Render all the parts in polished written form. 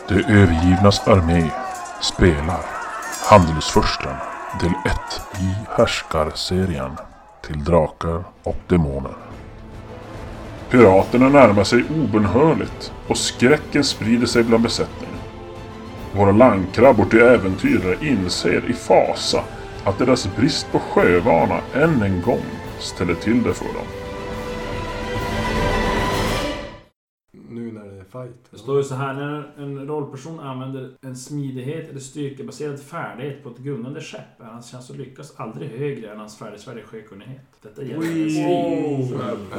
De övergivnas armé spelar Handelsfursten del 1 i härskarserien till drakar och demoner. Piraterna närmar sig obönhörligt och skräcken sprider sig bland besättningen. Våra landkrabbor till äventyrare inser i fasa att deras brist på sjövana än en gång ställer till det för dem. Nu när det är fight. Det står ju så här: när en rollperson använder en smidighet eller styrkebaserad färdighet på ett gungande skepp är hans chans att lyckas aldrig högre än hans färdighetsvärde sjökunnighet. Detta gäller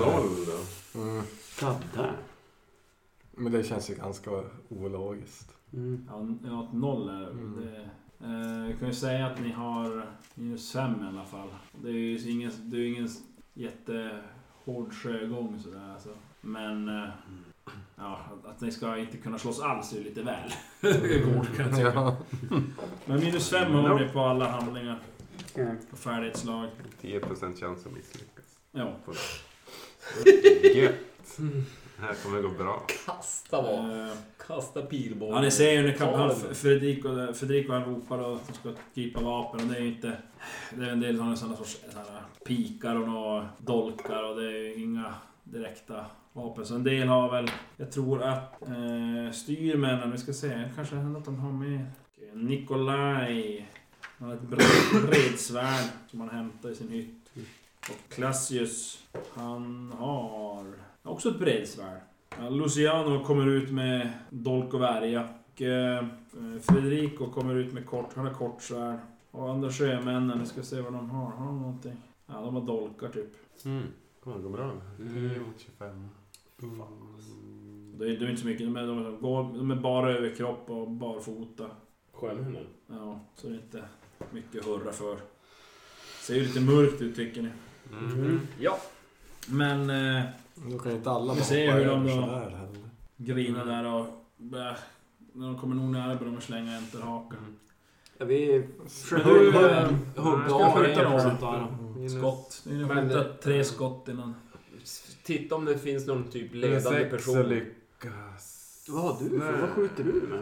Där. Men det känns ju ganska ologiskt. Ja, ett 0 är det. Jag kan ju säga att ni har -5 i alla fall. Det är ju ingen jättehård sjögång sådär alltså. Men ja, att ni ska inte kunna slåss alls är lite väl hårt kan jag tycka. Ja. Men -5 har ni på alla handlingar. På färdighetslag. 10% chans att misslyckas. Ja. Gött. Det här kommer gå bra. Kasta pilbågen. Ja, ni ser ju när Federico han ropar och de ska gripa vapen. Och det är inte... Det är en del sådana sorts pikar och några dolkar. Och det är inga direkta vapen. Så en del har väl... Jag tror att styrmännen... Vi ska se. Kanske att de har med... Nikolaj. Han har ett bredsvärd som han hämtar i sin hytt. Och Classius, han har också ett bredsvärd. Luciano kommer ut med dolk och värja. Och Federico kommer ut med han har kort svärd. Och andra sjömännen, vi ska se vad de har. Har de någonting? Ja, de har dolkar typ. Kommer det gå bra? 25. Det är inte så mycket. De är bara överkropp och barfota. Sjömännen. Ja, så det är inte mycket att hurra för. Ser ju lite mörkt ut tycker ni. Ja. Men Då kan inte alla vi ser hur de sådär heller. grinar där och när de kommer nog nära börjar de slänga enterhakan. Ja, vi Men hugga ska av skjuta er och några sånt där. skott. Ni har Men skjutit 3 skott innan. Titta om det finns någon typ ledande person. lyckas. Vad har du för? Vad skjuter du med?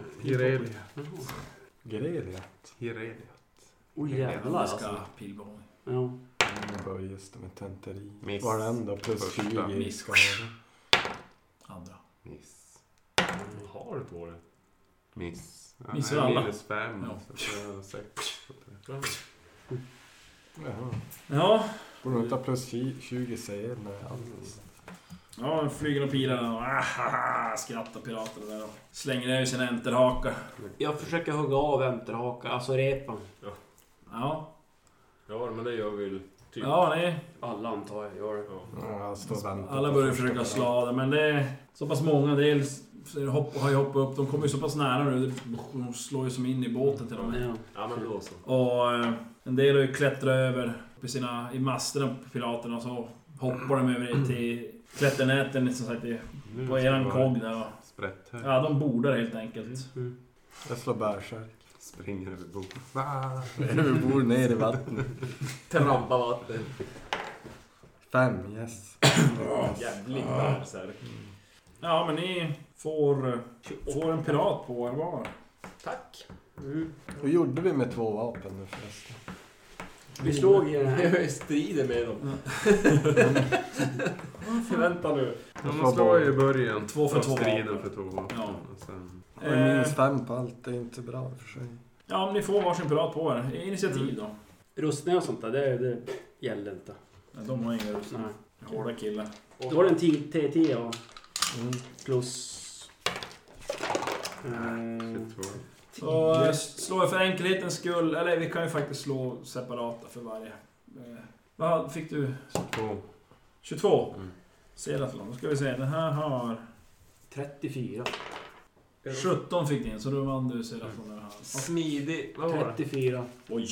Greliat. Oj jävlar Jag ska alltså. pilbång. Ja. Nu börjar just med tenteri. Miss. Varenda plus 20 i Miss. skada. Andra. Miss. Har du på det? Miss. Missar alla. -5. Ja. Så 6. Jaha. Ja. Borde inte ha plus 20 säger när alldeles. Ja, flyger och pilar och skrattar piraterna där och slänger över sina enterhakar. Jag försöker hugga av enterhaka, alltså repan. Ja. Ja, men det gör vi typ. Ja, nej. Alla antar jag gör det. Ja, jag står och väntar Alla på börjar första försöka dagen. slå det, men det är så pass många. Dels har ju hoppat upp. De kommer ju så pass nära nu. De slår ju som in i båten till dem. Ja. Ja, men då så. Och en del har ju klättrat över i masterna på piraterna och så hoppar de över till klätternäten som sagt, på eran kogg där. Och, Sprätt här. ja, de bordar helt enkelt. Jag slår bärsärk. Springer över bordet. Vi bor ner i vattnet. Trampa vatten. 5, yes. Jävligt bärsär. Ja, men ni får en pirat på er var. Tack. Hur gjorde vi med 2 vapen nu förresten? Vi slog i den här striden med dem. Vänta nu. Man slår ju i början. 2 för 2 striden vapen. för 2 vapen. Ja. Och sen... Och minst 5 på allt, det är inte bra för sig. Ja, men ni får varsin pirat på er. Initiativ då. Rustningar och sånt där, det gäller inte. Ja, de har inga rustningar. Nej. Hårda killar. Då var det en T10 ja. Plus... 22. Så slår jag för enkelhetens skull. Eller vi kan ju faktiskt slå separata för varje. Vad fick du? 2. 22. Seratlon. Då ska vi se. Den här har 34. 17 fick din. Så då vann du Seratlon. Smidig. Vad var det? 34. Oj.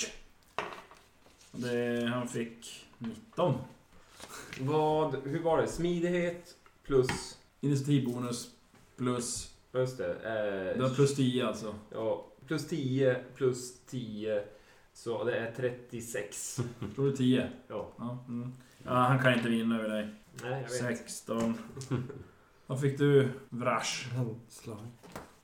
Han fick 19. Hur var det? Smidighet plus... Initiativbonus plus... Just det. Det var plus 10 alltså. Ja, plus 10 plus 10. Så det är 36. Tror du 10? Ja. Ja, ja, han kan inte vinna över dig. Nej, jag vet. 16. Vad fick du? Vrash. Slag.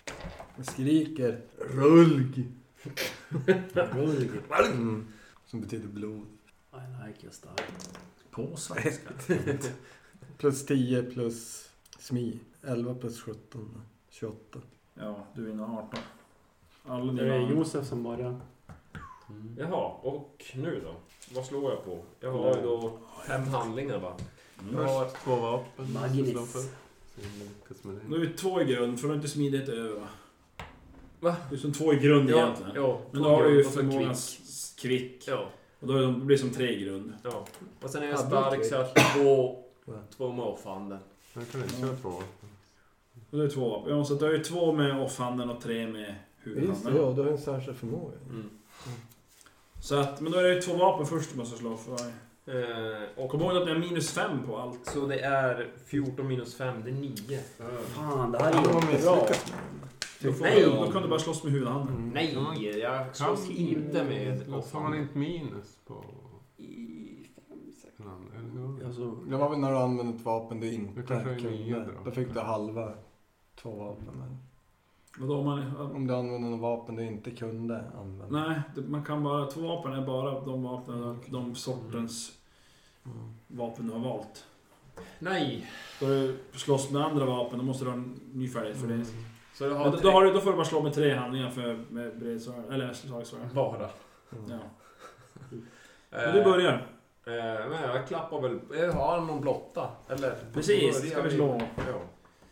Jag skriker rulg. Rulg. Som betyder blod. I like your style. På svenska. Plus 10 plus smi. 11 plus 17. 28. Ja, du vinner 18. Alla Det är dina... Josef som börjar. Jaha, och nu då? Vad slår jag på? Jag har ju då 5 handlingar va? Jag har 2 vapen. Magnis. Nu är vi 2 i grund, för du har inte smidigt över va? Va? Du är som 2 i grund egentligen. Ja. Men då har du ju och så förmågan kvick. kvick. Ja. Och då blir det som 3 i grund. Ja. Och sen är jag Hade stark du så jag har 2 med offhanden. Jag kan inte köra 2 vapen. Och det är 2 vapen. Ja, så du har ju 2 med offhanden och 3 med Just det, huvudhanden. ja, du har en särskild förmåga. Så att, men då är det ju 2 vapen först du måste slå för varje. Och Kom ihåg att det är -5 på allt. så det är 14 minus 5, det är 9. Fan, det här är Det var inte bra. misslyckat. Nej! Då kan du bara slåss med huvudhanden. Nej, jag slåss inte med Har man offhanden. inte minus på I 5, 6. den andra? Eller hur? Alltså, Det var väl när du använde ett vapen du Det inte kanske är kunde. 9 då. Då fick du halva 2 vapen. Men Vadå om man... om du använder något vapen du inte kunde använda. Nej, man kan bara... 2 vapen är bara de vapnen, de sortens vapen du har valt. Nej. Ska du slåss med andra vapen, då måste du ha en ny färdighet för det. Så du Men har då får du bara slå med 3 handlingar för med bredsvärd, eller slagsvärd. bara. Ja. Men du börjar. Men jag klappar väl. Jag har någon blotta. Eller? Precis, Börjar ska vi slå. Ja.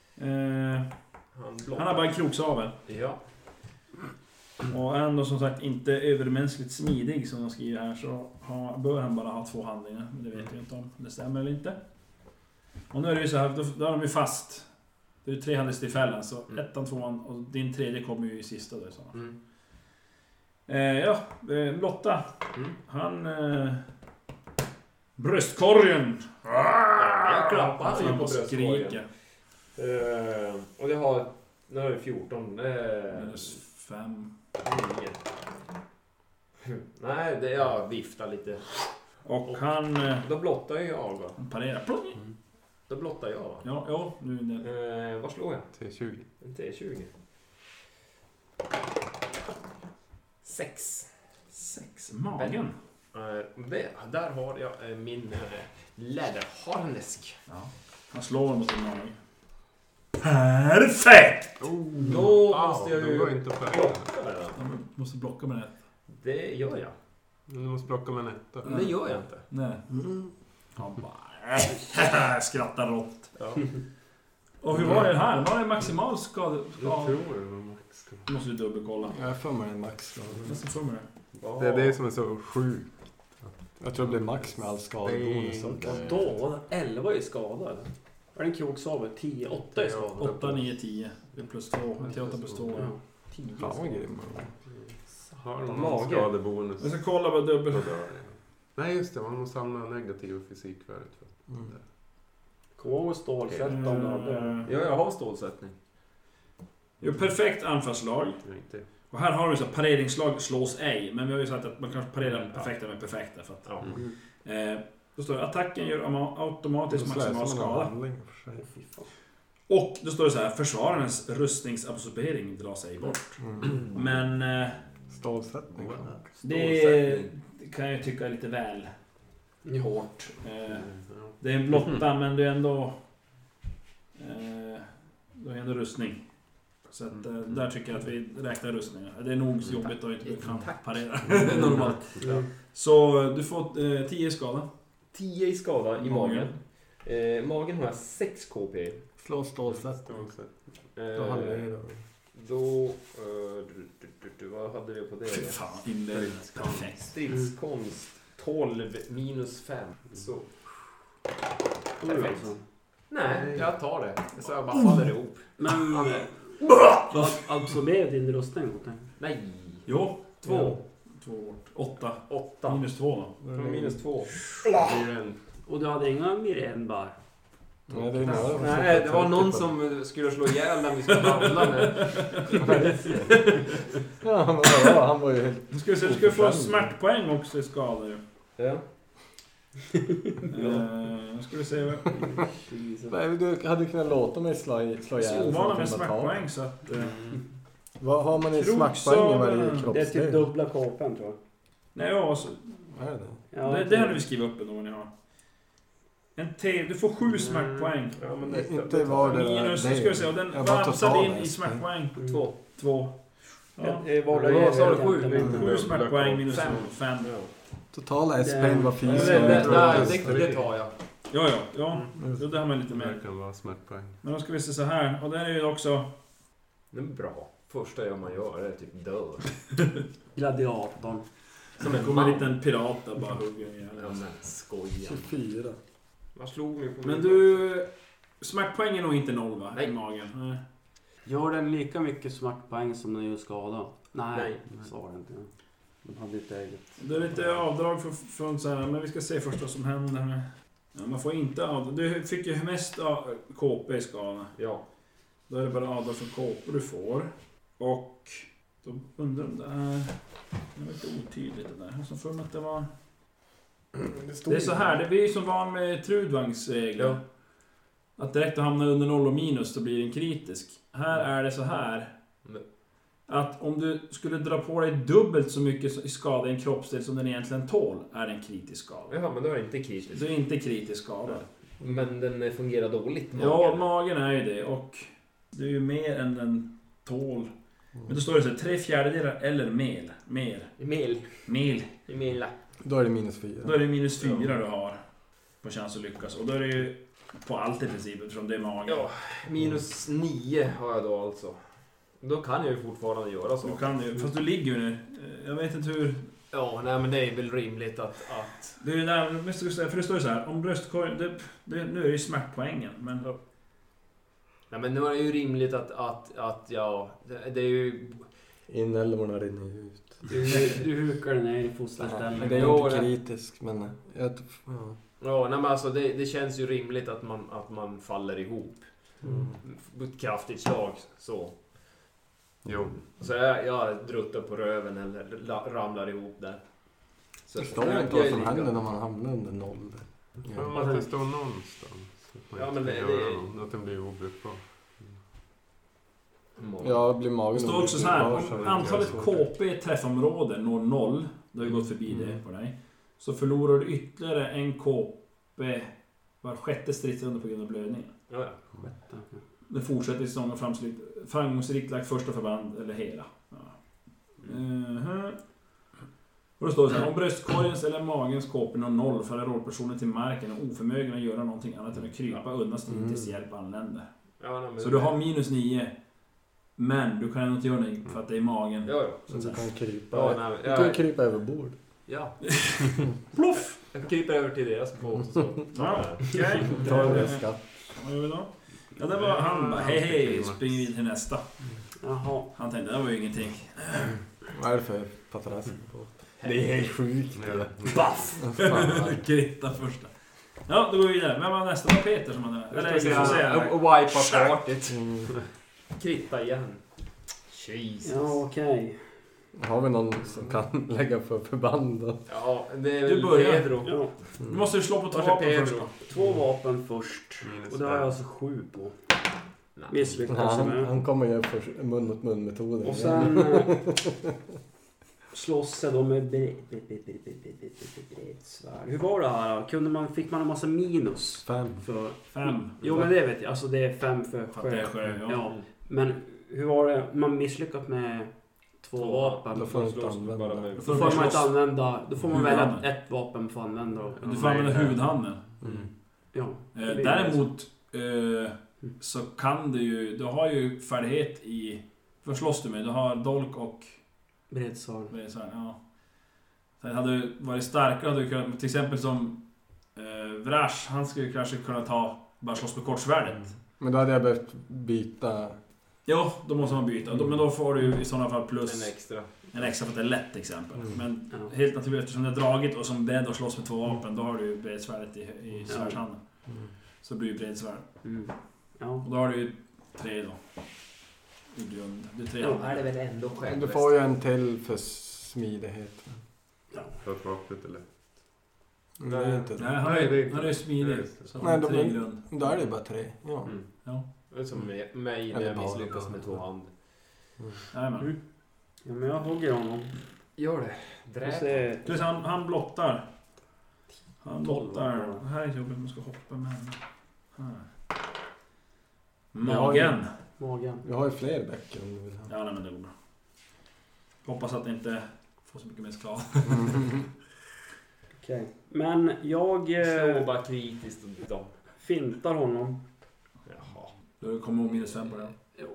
Han har bara en kroksavel. Ja. Och är han då som sagt inte övermänskligt smidig som de skriver här, så bör han bara ha 2 handlingar. Men det vet jag inte om det stämmer eller inte. Och nu är det ju så här, då är de ju fast. Det är 3 handelstillfällen, så 1, 2 och din tredje kommer ju i sista då. Så. Lotta. Han... bröstkorgen! Jag klappar Han ju på bara bröstkorgen. skriker. Och det har... Nu har vi 14. -5. 9. Nej, det jag viftar lite. Och han... Då blottar jag va? Han parerar. Plong! Då blottar jag va? Ja, nu är det... Vad slår jag? T20. En T20. 6. 6. Magen. Där har jag min läderharnesk. Ja. Han slår mot sin mage. Perfekt! Då måste jag det ju går inte att parera. blocka med den. Jag måste blocka med det. Det gör jag. Du måste blocka med en etta. Det gör jag inte. Nej. Han bara... skrattar rått. Ja. Och hur var det här? Var det maximal skada? Jag tror det var max. Nu måste vi dubbelkolla. Jag får mig en max. Jag ska få med det. Det är det som är så sjukt. Jag tror det blir max med all skadebonus. vadå? 11 är skada eller? Är det en kroksavel? 10, 8 är skada. 8, 9, 10. Det är plus 2. Till 8 plus 2. Ja, 10 Fan vad grym. Har de Mage. någon skadebonus? Jag ska kolla vad dubbel... Då dör det. Nej just det, man måste samla negativ fysikvärdet. Kom ihåg stålsätt om du hade... Ja, jag har stålsättning. Jo, perfekt anfallslag. Inte. Och här har vi så att pareringslag slås ej. Men vi har ju sagt att man kan parera perfekta med perfekta. För att, Ja. då står det attacken gör automatiskt maximal skada. Fy fan. Och då står det så här: försvararens rustningsabsorbering dras ej bort. Men Stålsättning. det kan jag tycka är lite väl hårt. Det är en blotta, men det är ändå rustning. Så att, där tycker jag att vi räknar rustningar. Det är nog jobbigt att inte kan parera normalt. Ja. Så du får 10 skada. 10 i skada i magen. Magen har jag 6 KP. Slå stålsättning. Då Eh, handlar det Då... vad hade vi på det? Fy fan, inled. Perfekt. Stridskonst 12 minus 5. Så. Perfekt. Alltså. Nej, jag tar det. Så jag bara faller ihop. Men... Vad absorberar din rustning? Nej. Jo, 2. 2 bort. 8. 8. Minus 2 då. Från minus 2. Och du hade inga mirenbar? Nej, det är några Nej, det var någon som skulle slå ihjäl när vi skulle handla med. Ja, han var ju helt... Du ska få smärtpoäng också i skada ju. Ja. Nu ska vi se. Nej, du hade kunnat låta mig slå Jag är ihjäl. så ovana med smärtpoäng så att... Vad har man i smackpoäng i varje Det är kroppsdel? typ dubbla kåpan tror jag. Nej, ja, alltså, Är det? Ja, det hade vi skrivit upp ändå vad ni har. Du får 7 smackpoäng. Ja, men det, Inte var det Minus, det. ska vi se, och den Jag var ramsar total in i SP. smackpoäng. 2. 2. Ja. Var Ja, det sa du 7? 7 smackpoäng minus 5. Totala SP'n var 4. Det tar jag. Ja. Det har man lite Det mer. kan vara smärtpoäng. Men då ska vi se så här. Och den är ju också... Det är bra. Första man gör är typ dör. Gladiatorn. Som Det en kommer en man. liten pirat där bara hugger ihjäl. Ja, men skoja. 24. Man slog mig på Men min- du... Smackpoäng är nog inte 0 va? Nej. I magen. Nej. Gör den lika mycket smackpoäng som den gör skada? Nej, Nej. det sa det inte. De hade ett eget. Det är lite avdrag från så här, men vi ska se först vad som händer. Ja, man får inte avdrag. Du fick ju mest KP i skala. Ja. Då är det bara avdrag från KP du får. Och då undrar om det är... Det var lite otydligt det där. Jag som för mig att det var... Det är så här, det blir som van med Trudvangs regler. Ja. Att direkt att hamna under 0 och minus så blir den kritisk. Här är det så här. Men- Att om du skulle dra på dig dubbelt så mycket i skada i en kroppsdel som den egentligen tål, är en kritisk skada. Jaha, men då är det inte kritiskt. Det är inte kritisk skada. Men den fungerar dåligt. Ja, magen är ju det. Och det är ju mer än den tål. Men då står det så här, 3/4 eller mer. Mel. Då är det minus 4. Då är det minus 4 du har på chans att lyckas. Och då är det ju på allt i princip eftersom det är magen. Ja, minus 9 har jag då alltså. Då kan jag ju fortfarande göra så. Du kan ju, fast du ligger ju nu. Jag vet inte hur... Ja, nej men det är väl rimligt att... Det är ju där, för det står ju så här, om bröstkorgen... Nu är det ju smärtpoängen, men... Nej men nu är det ju rimligt att ja... Det är ju... Inälvorna rinner ut. Du hukar den ner i fosterställning. Men det är Jo, inte det- kritisk, men... Ja. Ja, nej men alltså det känns ju rimligt att man faller ihop. Ett kraftigt slag, så. Jo. Så jag druttar på röven eller ramlar ihop där. Så Jag förstår inte vad som händer när man hamnar under 0. Men att det står någonstans. Att man Ja, inte men kan det- göra något, att den blir obrukbar. Ja, blir Det magen står också så här, obrukbar, så är om det antalet svårt. KP i träffområde når 0, då har vi gått förbi det på dig, så förlorar du ytterligare en KP var sjätte stridsrunda på grund av blödningen. Ja. Det fortsätter i säsongen framgångsrikt lagt första förband eller hela. Ja. Och då står det så här, om bröstkorgens eller magens KP når 0 faller rollpersonen till marken och oförmögen att göra någonting annat än att krypa undan striden tills hjälp anländer. Ja, nej, men Så du har minus 9, men du kan ändå inte göra någonting för att det är magen. Ja. Så Så att du säga. kan krypa, Ja, nej, du kan krypa över bord. Ja. Ploff! Jag kryper över till deras båt och så. Ja, okej. Ta en skatt. Vad gör vi då? Ja, det var han bara, hej, springer vi till nästa. Jaha. Han tänkte, det var ju ingenting. Vad är det för patrask på? Det är helt sjukt det. Baff! Fan. Kritta första. Ja, då går vi vidare. Men vad var nästa? Var Peter som hade det? Eller jag ska säga. Och wipa partyt. Mm. Kritta igen. Jesus. Ja, okej. Har vi någon som kan lägga för förband då? Ja, det är Du väl börjar. Pedro. Ja. Du måste ju slå på 2 Varför vapen Pedro? först då. 2 vapen först. Minus Och det har jag fem. alltså 7 på. Nej. Misslyckas jag Han, med. han kommer göra för mun mot mun metoden. Och sen slåss jag då med bredsvärd. Hur var det här då? Fick man en massa minus? 5. För... 5. Jo men det vet jag. Alltså det är 5 för För att det är sjö, ja. Ja. Men hur var det? Man misslyckat med 2 vapen. Då får du inte Slåss använda. bara med- Då Då får man inte slåss. använda. Då får man välja Huvudhanden. ett vapen för att använda. Då. Du får använda huvudhanden. Ja. Däremot så kan du ju... Du har ju färdighet i... Vad slåss du med? Du har dolk och... Bredsvärd. bredsvärd, ja. Sen hade du varit starkare hade du kunnat... Till exempel som... Vrash, han skulle kanske kunna bara slåss med kortsvärdet. Men då hade jag behövt byta. Jo, då måste man byta. Men då får du i sådana fall plus En extra. en extra för att det är lätt till exempel. Men Ja. helt naturligt, eftersom det är dragit och som beredd att slåss med 2 vapen, då har du ju bredsvärdet i svärdshanden. Så det blir ju bredsvärd. Mm. Ja. Och då har du ju 3 då. I grund. Det är 3 Ja, handen. är det väl ändå själv. Du får ju en till för smidighet. För att vapnet är lätt. Men det är inte Nej, han är ju smidig. Så Nej, han då har 3 blir- grund. då är det bara 3. Ja. Mm. Ja. Det är som mig när Eller jag bara misslyckas bara. med 2 hand. Jajamän. Ja, men jag hugger honom. Gör det. Dräp. Plus han blottar. Han 12. blottar. Det här är jobbigt, man ska hoppa med henne. Här. Magen. Vi har ju fler bäckar om du vill ha. Ja, nej, men det går bra. Hoppas att det inte får så mycket mer skada. Okej. Men jag Slå bara kritiskt och dem. fintar honom. Jaha. Du kommer ihåg -5 på den.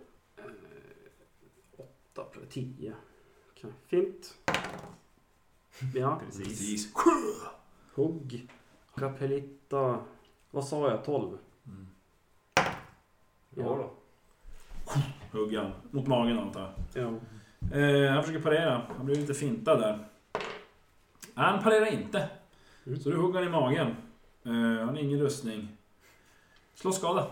8 plus 10. Okej. Fint. Ja. Precis. Hugg. Kapelita. Vad sa jag? 12? Mm. Ja då. Huggan. Mot magen antar jag. Ja. Han försöker parera. Han blir lite fintad där. Han parerar inte. Så du hugger han i magen. Han har ingen rustning. Slå skada.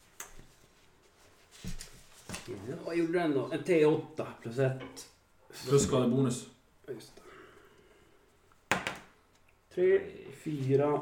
Vad gjorde den då? En T8 plus 1. Plus skadebonus. Just det. 3, 4,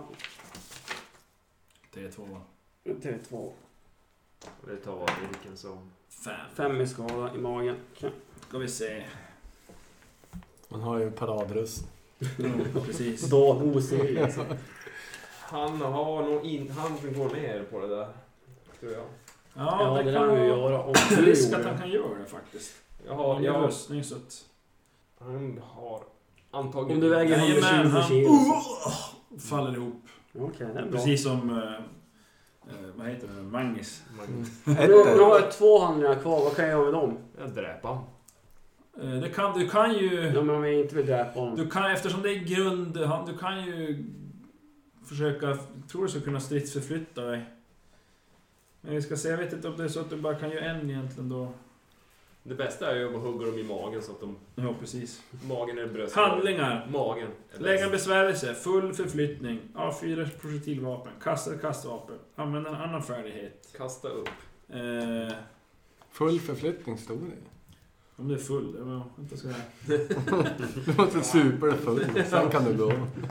T2 va? T2. Det tar vilken som. 5 i skada i magen. Okej. Ska vi se. Man har ju paradrust. Precis. Då osynlig. Han har nog han som går ner på det där. Tror jag. Ja, det kan kan vi vara göra. Om risk att han kan göra det faktiskt. Han har ingen rustning så att... Han har antagligen... Om du väger Jajamän, 120 han kilo. faller ihop. Okej, det är bra. Precis som... vad heter det? Magnus. Nu har jag 2 handlingar kvar. Vad kan jag göra med dem? Jag dräper han. Du kan ju... Ja, men om jag inte vill dräpa honom. Du kan, eftersom det är grund... Du kan ju försöka... Tror du ska kunna stridsförflytta dig. Men vi ska se, jag vet inte om det är så att du bara kan göra en egentligen då. Det bästa är ju att hugga dem i magen så att de... Ja, precis. Magen är bröstet. Handlingar. Magen. Lägg en besvärjelse. Full förflyttning. A4 projektilvapen. Kasta ett kastvapen. Använda en annan färdighet. Kasta upp. Full förflyttning stod det. Om det är full. Det var inte så här. Du måste super full. Sen kan du gå.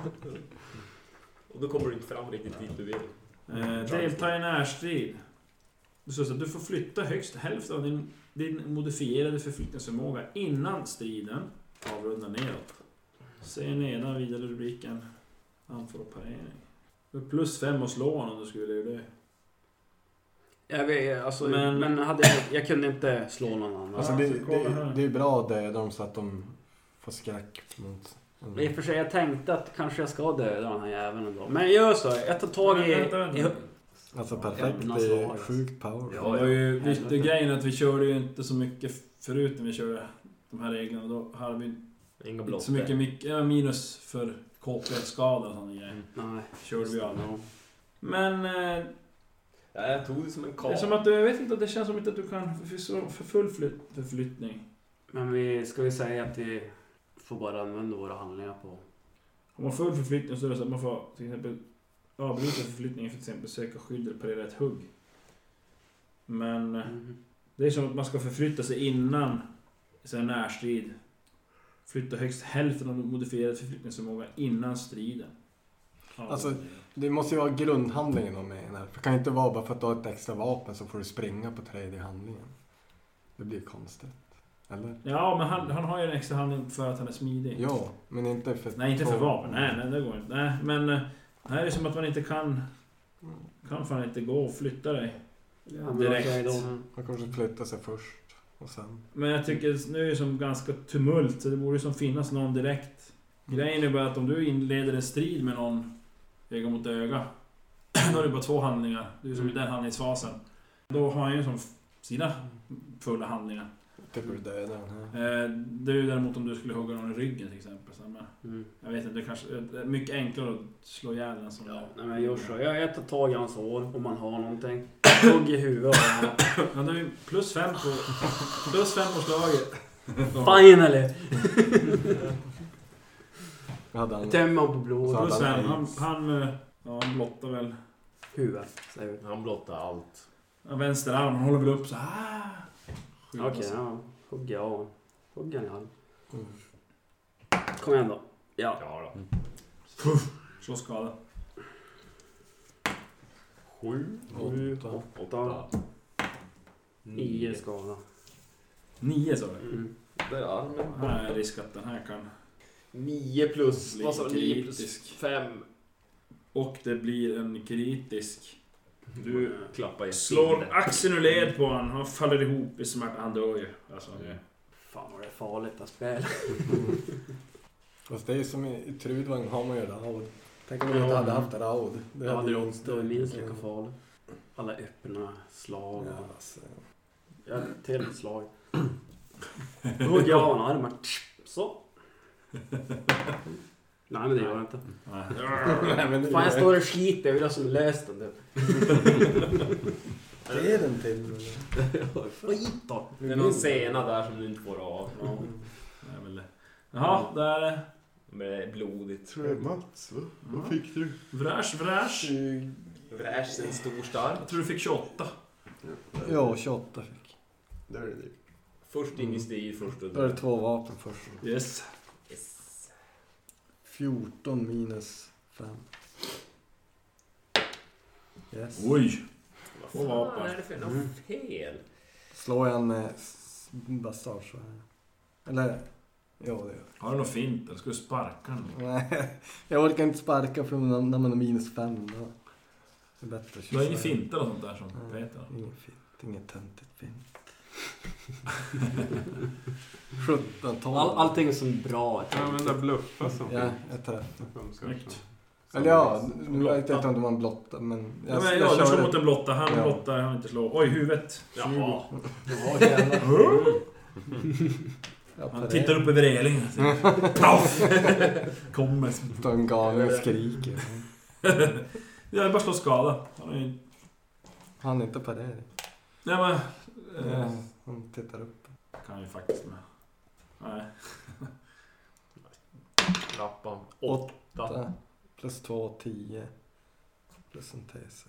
Och då kommer du inte fram riktigt dit du vill. Delta i närstrid. Du får flytta högst hälften av din modifierade förflyttningsförmåga innan striden avrundar neråt. Se nedan vidare rubriken anfall och parering. Plus 5 och slå honom om du skulle göra det. Jag vet, alltså, Men- men hade jag kunde inte slå någon annan. Alltså Ja, det, så kolla här. det är bra att döda dem så att de får skräck mot... I och för sig, jag tänkte att kanske jag ska döda den här jäveln ändå. Men gör så, jag tar tag i... Vänta. Alltså perfekt, Jävla det är slag. sjukt power. Det var ju det grejen att vi körde ju inte så mycket förut när vi körde de här reglerna. Då hade vi Inga inte blott. så mycket minus för KP-skada och sådana grejer. Nej. Körde vi aldrig. Ja. Men Ja, jag tog det som en det karl. är som att du, jag vet inte, det känns som inte att du kan för full förflyttning. Men vi ska säga att vi får bara använda våra handlingar på... Om man full förflyttning så är det så att man får till exempel avbryta förflyttningen för till exempel söka skydd eller parera ett hugg. Men det är som att man ska förflytta sig innan så här närstrid. Flytta högst hälften av modifierad förflyttningsförmåga innan striden. Alltså, det måste ju vara grundhandlingen de menar. Det kan inte vara bara för att du har ett extra vapen så får du springa på tredje handlingen. Det blir konstigt. Eller? Ja, men han har ju en extra handling för att han är smidig. Ja, men inte för... Nej, inte för vapen. Nej, det går inte. Nej, men det här är som att man inte kan fan inte gå och flytta dig. Ja, direkt. okej, då. Man kanske flyttar sig först och sen... Men jag tycker nu är det som ganska tumult så det borde ju som finnas någon direkt. Grejen är bara att om du inleder en strid med någon öga mot öga, då är det bara 2 handlingar. Du är som i den handlingsfasen. Då har han ju som sina fulla handlingar. Typ du dödar den här. Det är ju däremot om du skulle hugga någon i ryggen till exempel. Jag vet inte, det kanske är mycket enklare att slå ihjäl den som Ja, nej, men gör så. Jag tar tag i hans hår om man har någonting. Hugg i huvudet. Ja, det är ju plus 5 på slaget. Finally! Hade han... Tömmer på blod. Så- Plus 5, han blottar väl. Huvudet, säger vi. Han blottar allt. Ja, vänster arm, han håller väl upp så här. Okej, ja. Hugger av. Hugger i hand. Mm. Kom igen då. Ja. Ja då. Slå skada. 7. 8. 9 skada. 9 så. Där är armen. Här är risk att den här kan 9 plus, vad sa 9 plus kritisk. 5. Och det blir en kritisk. Du klappar slår axeln ur led på han. Han faller ihop i smärta. Han dör ju. Alltså, Fan vad det är farligt att spela. Fast det är ju som i Trudvang har man ju Raud. Tänk om vi inte hade haft Raud. Det Ja, hade det ju är minst lika farligt. Alla öppna slag. Ja, alltså. Ja, till ett slag. Då hugger jag av en arm. Så. Nej, men det gör jag inte. Nej, men Fan, jag står och sliter. Jag vill ha som löst den. Det är den till. Skit då. Det är någon scena där som du inte får av. ja. Det är väl det. Jaha, där är det. Med blodigt. Mats, vad fick du? Vräsch. Vräsch, en stor stark. Jag tror du fick 28. Ja, 28 fick. Där är det. Först in i strid, först Då är det 2 vapen först. Yes. 14 minus 5. Yes. Oj. Vad fan är det för något fel? Slår jag en bassage så här. Eller, ja det gör Har du något fint eller ska du sparka den? Nej, jag orkar inte sparka för när man är minus 5 då. Det är bättre att Du har köra. ingen finter och sånt där som Nej, Peter? ingen fint, inget töntigt fint. 17, 12. Allting som är bra. Ja, men där bluffa som Ja, jag träffar. Snyggt. Eller ja, nu vet jag inte om det var en blotta, men Ja, men du slår körde- mot en blotta. Han Ja. blottar, han inte slår. Oj, huvudet. Jaha. Ja, jävlar. Ja, Han på tittar det. upp över relingen. Paff! Kommer. Står en galen och skriker. Jag bara slå skada. Han är inte på det. Nej men... Ja, han tittar upp. Kan ju faktiskt med. Nej. Rappan. 8 8. plus 2, 10. Plus en T6.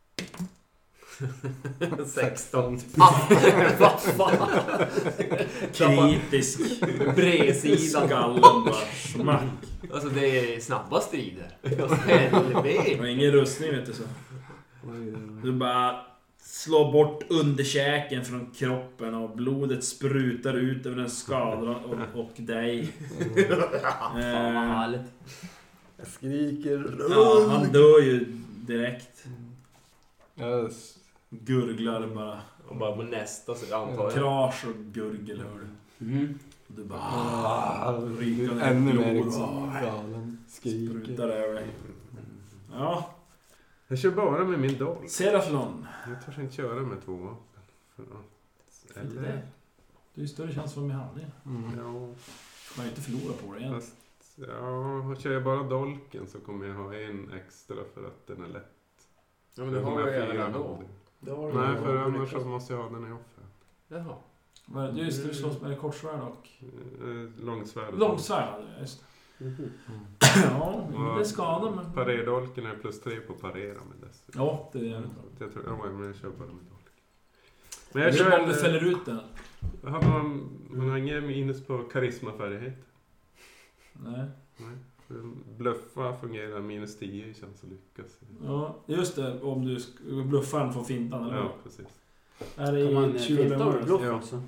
16. Vad fan? Kritisk. Bredsidan. Skallen bara smack. Alltså det är snabba strider. Det var ingen rustning vet du så. Du bara slår bort underkäken från kroppen och blodet sprutar ut över den skadade och dig. Fan vad härligt. Jag skriker. Ja, han dör ju direkt. Jag Gurglar bara. Och bara på nästa så antar jag. Krasch och gurgel hör du. Du bara ryker ännu mer blod. liksom galen. Skriker. Sprutar över dig. Ja, Jag kör bara med min dolk. Seraflon. Jag törs inte köra med 2 vapen. För att... Eller... Du är större chans för med handlingen. Mm. Ja, Man kan ju inte förlora på det igen. fast... Ja, kör jag bara dolken så kommer jag ha en extra för att den är lätt. Ja men du har ju redan ändå. Nej, för annars så måste jag ha den i offer. Jaha. Just det, du slåss med kortsvärd och... Långsvärd. Långsvärd, just det. Ja, det är skada men... Parerdolken är plus 3 på parera med dess. Ja, det är det. Jag tror men jag kör bara med dolk. Men Men jag hur om du kör... fäller ut den? Hade man har ingen minus på karismafärdighet? Nej. Nej. Bluffa fungerar minus 10 känns att lyckas. Ja, just det. Om du bluffar den från fintan, eller Ja, hur? precis. Är det Kan man i finta med bluff Ja. också?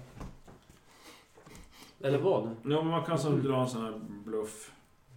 Eller vad? Ja, men man kan som dra en sån här bluff.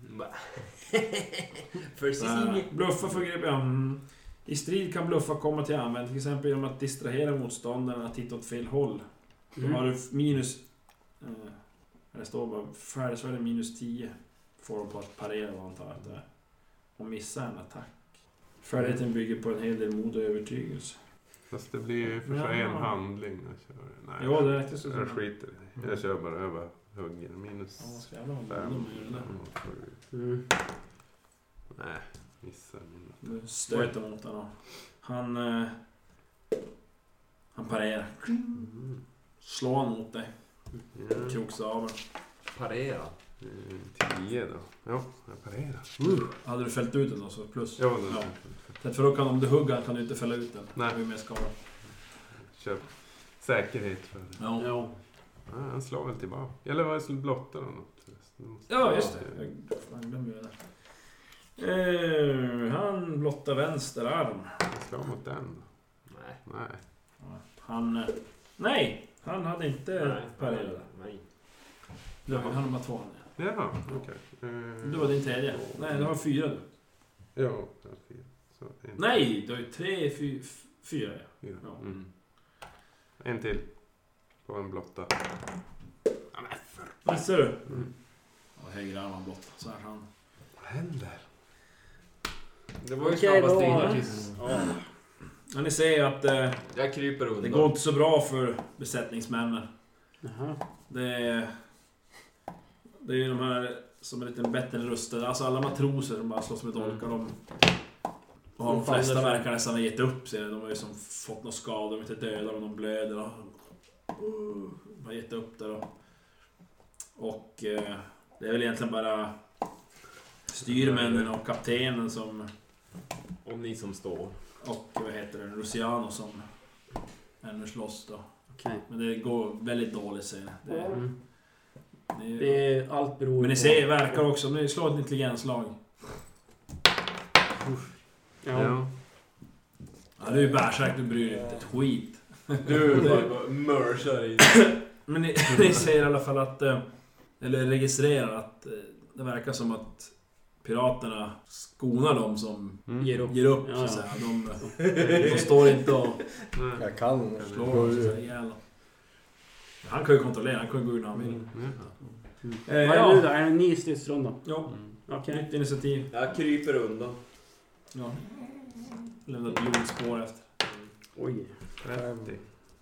Bluffa fungerar... I strid kan bluffa komma till användning. Till exempel genom att distrahera motståndaren att titta åt fel håll. Då har du minus... det står bara färdig så är det minus 10. Får de på att parera vad antar att det är. Och missa en attack. Färdigheten bygger på en hel del mod och övertygelse. Fast det blir ju för sig en handling jag kör. Nej, Ja, det räcker så. jag skiter i det. Jag kör bara över hugger. Minus Ja, så jävla vad 5. modig man gör det där. Nej, missar mina. Du stöter mot honom. Han parerar. Slår han mot dig. Kroksaveln. Parera. 10 då. Ja, jag parerar. Hade du fällt ut den då så plus. Ja, det Ja. För då kan, om du hugger kan du inte fälla ut den. Nej. Det är mer skada. Kör säkerhet för det. Ja. Ja. Ja, han slår väl tillbaka. Eller vad är det blottar eller något? Ja, just det. Jag glömde det där. Han blottar vänster arm. Han slår mot den då. Nej. Nej. Han... nej! Han hade inte parerat. Nej. Du har han bara 2. Jaha, okej. Du var din 3. Nej, du har 4 du. Ja, jag har 4. Så en. Nej, du har ju 3, 4. 4. Ja. Mm. En till. På en blotta. Vad ser du? Mm. Och höger arm blott. Så här han. Vad händer? Det var ju Okej, snabbast då. in tills Ja, ni ser ju att jag kryper det undan. går inte så bra för besättningsmännen. Jaha. Det är ju de här som är lite bättre rustade. Alltså alla matroser som bara slåss med dolkar. De flesta verkar nästan ha gett upp sig. De har ju som fått några skador. De är inte döda och de blöder. De har gett upp där. Och det är väl egentligen bara styrmännen och kaptenen som... Och ni som står. Och vad heter det? Luciano som ännu slåss då. Okej. Men det går väldigt dåligt ser ni. Det är allt beror Men ni ser, verkar också, ni slår ett intelligenslag. Ja. Ja, du är bärsärk, du bryr dig inte ett skit. Du bara mörsar i. Men ni ser i alla fall att, eller registrerar att det verkar som att piraterna skonar dem som ger upp Ja, så att säga. De står inte och Jag kan slår gå så ur. ihjäl. Han kan ju kontrollera, han kan ju gå ur när han vill. Vad är det nu då? Är det en ny stridsrunda? Ja, Okej. nytt initiativ. Jag kryper undan. Ja. Lämnar ett blodspår efter. Oj. 30.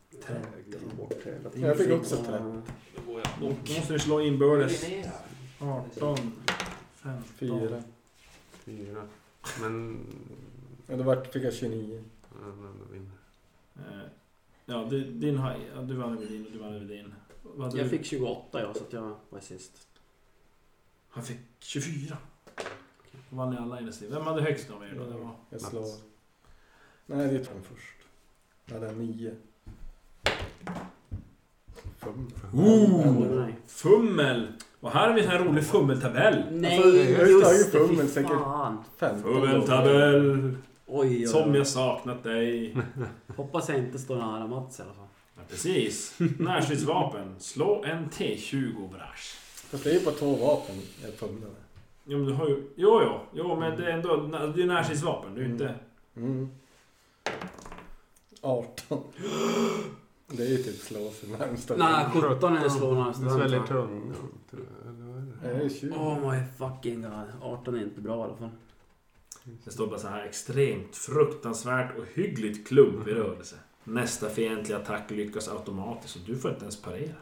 Jag fick också 30. Då måste vi slå inbördes. 18, 15. 4. 4. Men... Ja, då fick jag 29. Ja, men då vinner. Ja, din har... Ja, du vann över din och du vann över din. Jag fick 28 så att jag var sist. Han fick 24. Då vann ni alla initiativ. Vem hade högst av er då? Det var... Jag slår. Nej, det är den först. Jag hade 9. Nej. Fummel! Och här har vi en här rolig fummeltabell. Nej, Alltså, jag har ju just fummel det. säkert. Fan. 15. Fummeltabell! Oj, Som jag saknat dig. Hoppas jag inte står nära Mats i alla fall. Ja, precis. Närstridsvapen. Slå en T20 brasch. Fast det är ju bara 2 vapen jag fumlade. Jo, men du har ju... Jo, men det är ändå... Det är närstridsvapen. Du är inte... 18. Det är ju typ slå sig närmsta. Nej, 17 är slår närmast. Det sväljer tungan, tror jag. Eller vad är det? Det är 20. Oh my fucking god. 18 är inte bra i alla fall. Det står bara så här extremt fruktansvärt och hyggligt klump i rörelse. Nästa fientliga attack lyckas automatiskt och du får inte ens parera.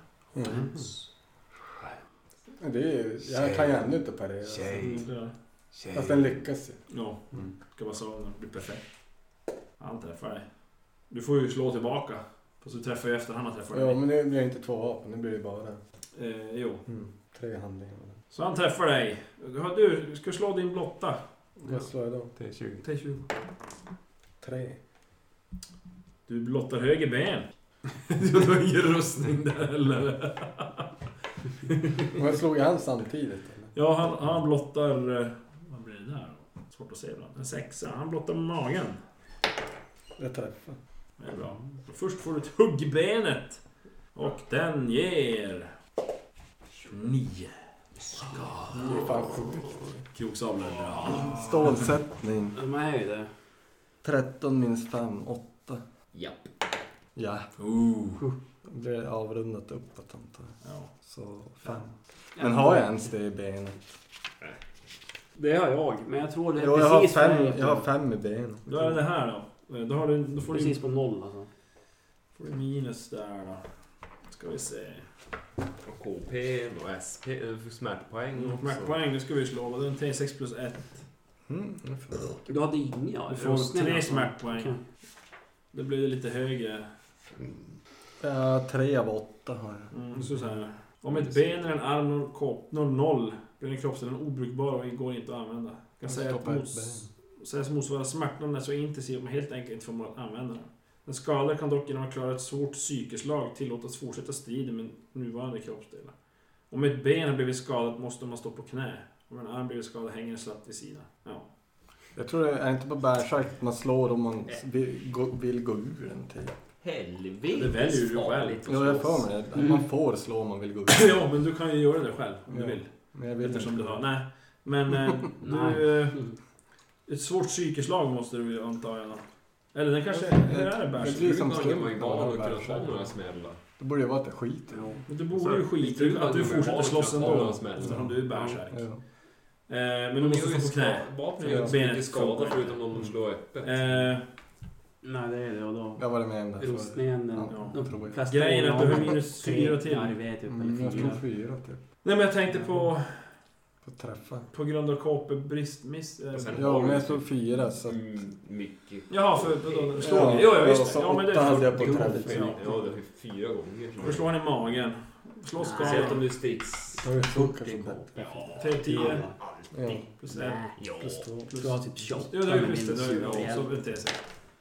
Det är, jag kan ju ändå inte parera. Fast den lyckas ju. Ja, ska vara så det blir perfekt. Han träffar dig. Du får ju slå tillbaka. Fast du träffar ju efter han har träffat dig. Ja, men det blir inte 2 vapen. Det blir ju bara Jo. 3 handlingar. Så han träffar dig. Du ska slå din blotta. Vad slår jag då? T20. T20. 3. Du blottar höger ben. Du har ingen rustning där eller? Och jag slog ju han samtidigt. Eller? Ja, han blottar... Vad blir det där då? Svårt att se ibland. En 6. Han blottar magen. Jag träffar. Det är bra. Först får du ett hugg i benet. Och den ger... 9. Det är fan sjukt. Kroksablar. Ja. Stålsättning. De är ju det. 13 minus 5, 8. Japp. Ja. Det blir avrundat uppåt antar jag. Ja. Så 5. Men har jag ens det i benet? Det har jag. Men jag tror det är Jo, jag precis har 5 i benet. Då är det här då. Då får precis du på 0 alltså. får du minus där då. Ska vi se. Och KP och SP. Smärtpoäng också. Smärtpoäng, det ska vi slå. Det är en T6 plus 1. Du hade inga. Du får 3 smärtpoäng. Okay. Det blir lite högre. Ja, 3 av 8 har jag. Så här. Om ett ben eller en arm når 0 blir en kroppsdelen obrukbar och går inte att använda. Kan säga att motsvarar smärtan är så intensiv att man helt enkelt inte får att använda den. Den skadade kan dock genom att klara ett svårt psykeslag tillåtas fortsätta striden med nuvarande kroppsdelar. Om ett ben har blivit skadat måste man stå på knä. Om en arm blivit skadad hänger den slatt vid sidan. Ja. Jag tror det är inte på bärsärk man slår om man vill gå ur en typ. helvete. Det väljer du själv. farligt att Ja, jag slåss. får mig det. Man får slå om man vill gå ut. Ja, men du kan ju göra det själv om du vill. Men jag vill Eftersom inte. du har... Nej. Men du... Ett svårt psykeslag måste du ju anta. Ja. Eller den kanske... Hur är det bärs? Det blir som Nu kan man ju stum. vara och kunna ta några smällar. Det borde ju vara att det skiter. Men du borde ju skita att du fortsätter slåss ändå. Ja. Eftersom du är bärsärk. Ja. Men du måste stå på knä. Vapnen Ja. gör så Benet mycket skada funkar. förutom om de slår öppet. Nej, det är det. Och då... Jag var med om det. Rustningen, den... Ja, de tror jag. flesta Grejen är att du har gånger minus tre 4 till. larver typ, eller Jag 4. slog 4 typ. Nej, men jag tänkte på Träffa. grund av KP-brist... Och sen Ja, har men du jag slog 4 så... mycket. Jaha, för då slår Ja, ni. Jo, ja, ja, visst. så Ja, men det 8 hade jag på grovt. trädet. Ja. Ja, det är 4 gånger. Då slår han i magen. Slå Speciellt skada. om du sticks. Jag har ju suckar som det. 3-10 Ja, plus 1. plus 2. Du har typ 28. Jo, det är just det. minus Det är 4 ju så beter sig.